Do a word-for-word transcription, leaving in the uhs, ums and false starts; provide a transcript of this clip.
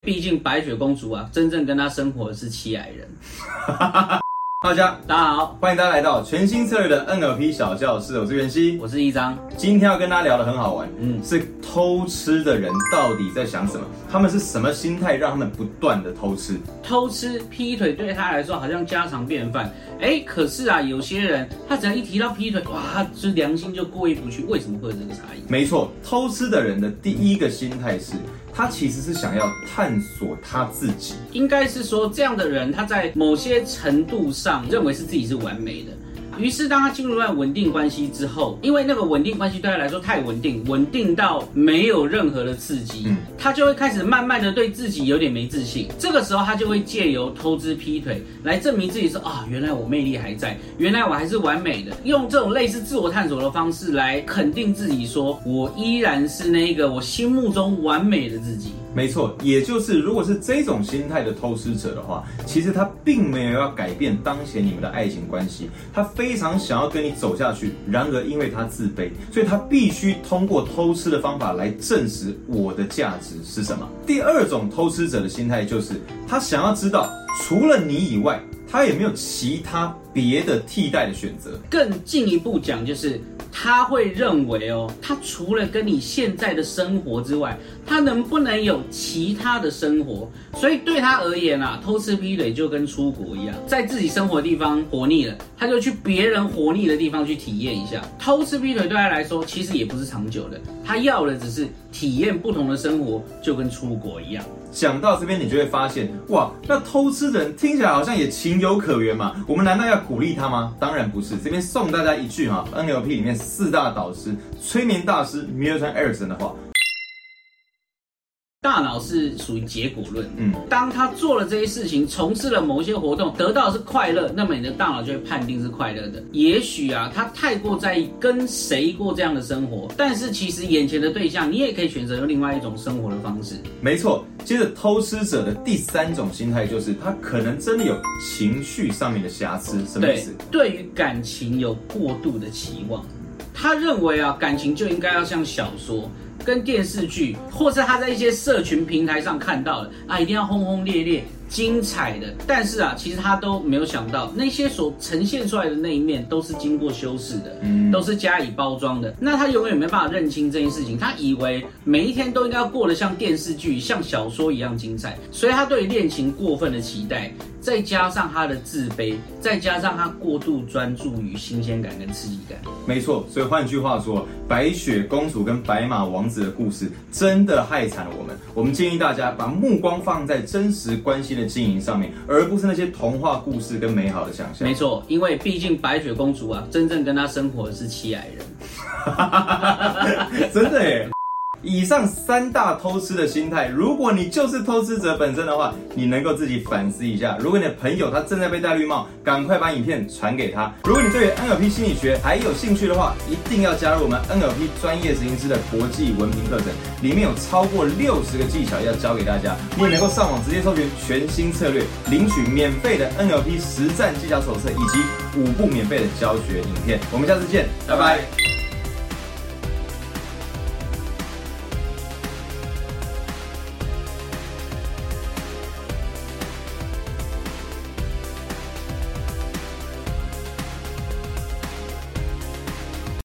毕竟白雪公主啊，真正跟她生活的是七矮人。 大家， 大家好， 欢迎大家来到全新策略的 N L P 小教室，我是袁熙， 我是一章。 今天要跟大家聊的很好玩， 嗯， 是偷吃的人到底在想什么？他们是什么心态让他们不断的偷吃？ 偷吃、劈腿对他来说好像家常便饭，哎，可是啊，有些人他只要一提到劈腿，哇，他就良心就过意不去。为什么会有这个差异？ 没错，偷吃的人的第一个心态是，他其实是想要探索他自己。 应该是说，这样的人他在某些程度上认为是自己是完美的。于是，当他进入一段稳定关系之后，因为那个稳定关系对他来说太稳定，稳定到没有任何的刺激，嗯、他就会开始慢慢的对自己有点没自信。这个时候，他就会借由偷吃劈腿来证明自己说啊，原来我魅力还在，原来我还是完美的。用这种类似自我探索的方式来肯定自己说，我依然是那个我心目中完美的自己。 没错，也就是如果是这种心态的偷吃者的话，其实他并没有要改变当前你们的爱情关系，他非常想要跟你走下去。然而因为他自卑，所以他必须通过偷吃的方法来证实我的价值是什么。第二种偷吃者的心态就是他想要知道，除了你以外，他有没有其他别的替代的选择。 更进一步讲，就是他会认为哦，他除了跟你现在的生活之外，他能不能有其他的生活？所以对他而言啊，偷吃劈腿就跟出国一样，在自己生活的地方活腻了，他就去别人活腻的地方去体验一下。偷吃劈腿对他来说，其实也不是长久的，他要的只是体验不同的生活，就跟出国一样。 讲到这边，你就会发现，哇，那偷吃的人听起来好像也情有可原嘛。我们难道要鼓励他吗？当然不是。这边送大家一句哈 ，N L P 里面四大导师催眠大师 Milton Erickson 的话。 大脑是属于结果论， 嗯， 当他做了这些事情，从事了某一些活动，得到的是快乐，那么你的大脑就会判定是快乐的。也许啊，他太过在意跟谁过这样的生活，但是其实眼前的对象，你也可以选择用另外一种生活的方式。 没错，接着偷吃者的第三种心态就是他可能真的有情绪上面的瑕疵，什么意思？ 对，对于感情有过度的期望，他认为啊，感情就应该要像小说。跟电视剧，或是他在一些社群平台上看到的啊，一定要轰轰烈烈、精彩的。但是啊，其实他都没有想到，那些所呈现出来的那一面都是经过修饰的，嗯，都是加以包装的。那他永远没办法认清这件事情，他以为每一天都应该要过得像电视剧、像小说一样精彩，所以他对恋情过分的期待。再加上他的自卑，再加上他过度专注于新鲜感跟刺激感。 没错，所以换句话说，白雪公主跟白马王子的故事真的害惨了我们。我们建议大家把目光放在真实关系的经营上面，而不是那些童话故事跟美好的想象。 没错，因为毕竟白雪公主啊，真正跟她生活的是七矮人。真的耶。以上三大偷吃的心态，如果你就是偷吃者本身的话，你能够自己反思一下。如果你的朋友他正在被戴绿帽，赶快把影片传给他。如果你对于 N L P 心理学还有兴趣的话，一定要加入我们 N L P 专业执行师的国际文凭课程，里面有超过六十个技巧要教给大家。你也能够上网直接搜寻全新策略，领取免费的 N L P 实战技巧手册以及五部免费的教学影片。我们下次见，拜拜。